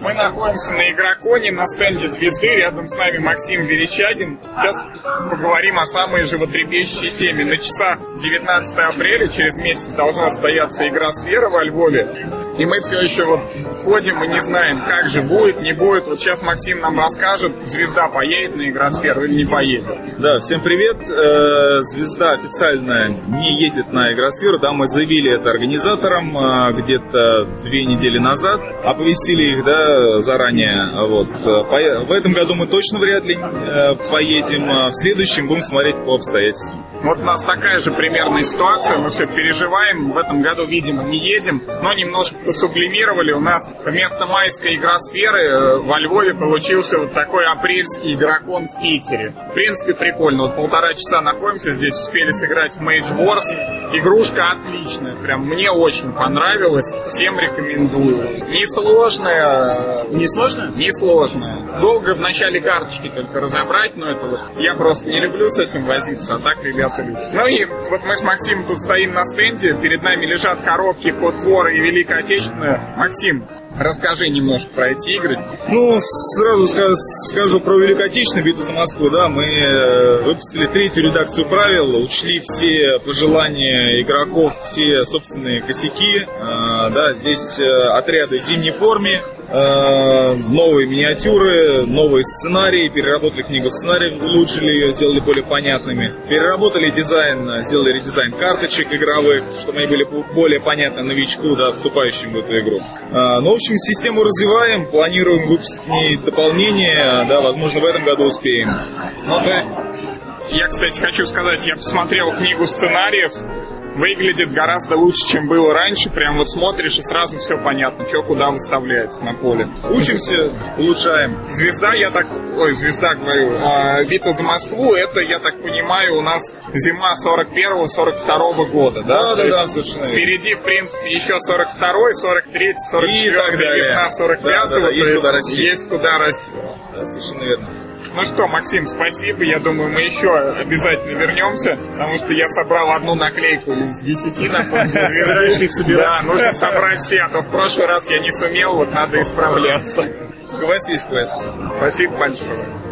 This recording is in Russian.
Мы находимся на Игроконе, на стенде «Звезды». Рядом с нами Максим Верещагин. Сейчас поговорим о самой животрепещущей теме. На часах 19 апреля, через месяц, должна состояться Игросфера во Львове. И мы все еще вот ходим и не знаем, как же будет, не будет. Вот сейчас Максим нам расскажет, «Звезда» поедет на Игросферу или не поедет. Да, всем привет. «Звезда» официально не едет на Игросферу. Да, мы заявили это организаторам где-то 2 недели назад. Оповестили их, да, заранее. Вот. В этом году мы точно вряд ли поедем. В следующем будем смотреть по обстоятельствам. Вот у нас такая же примерная ситуация. Мы все переживаем. В этом году, видимо, не едем, но немножко посублимировали. У нас вместо майской Игросферы во Львове получился вот такой апрельский Игрокон в Питере. В принципе, прикольно. Вот 1,5 часа находимся здесь, успели сыграть в Mage Wars. Игрушка отличная. Прям мне очень понравилась. Всем рекомендую. Несложная. Несложная? Несложная. Долго в начале карточки только разобрать, но это вот я просто не люблю с этим возиться, а так ребята любят. Ну и вот мы с Максимом тут стоим на стенде. Перед нами лежат коробки под War и Великая Отечественная. Максим, расскажи немножко про эти игры. Ну, сразу скажу про Великую Отечественную, битву за Москву. Да, мы выпустили 3-ю редакцию правил, учли все пожелания игроков, все собственные косяки. Да, здесь отряды в зимней форме, новые миниатюры, новые сценарии, переработали книгу сценариев, улучшили ее, сделали более понятными. Переработали дизайн, сделали редизайн карточек игровых, чтобы они были более понятны новичку, да, вступающим в эту игру. Ну, в общем, систему развиваем, планируем выпустить к ней дополнения, да, возможно, в этом году успеем. Ну, то есть, я, кстати, хочу сказать, я посмотрел книгу сценариев, выглядит гораздо лучше, чем было раньше. Прям вот смотришь и сразу все понятно, что куда выставляется на поле. Учимся, улучшаем. «Звезда», «Звезда», говорю, «Битва за Москву», это, я так понимаю, у нас зима 41-42 года, да? Да, совершенно верно. Впереди, в принципе, еще 42-й, 43-й, 44-й, весна 45-го, да, есть куда расти. Есть куда расти. Да, совершенно верно. Ну что, Максим, спасибо. Я думаю, мы еще обязательно вернемся, потому что я собрал одну наклейку из 10 на собирающих собирать. Да, нужно собрать все, а то в прошлый раз я не сумел, вот надо исправляться. Квест есть квест. Спасибо большое.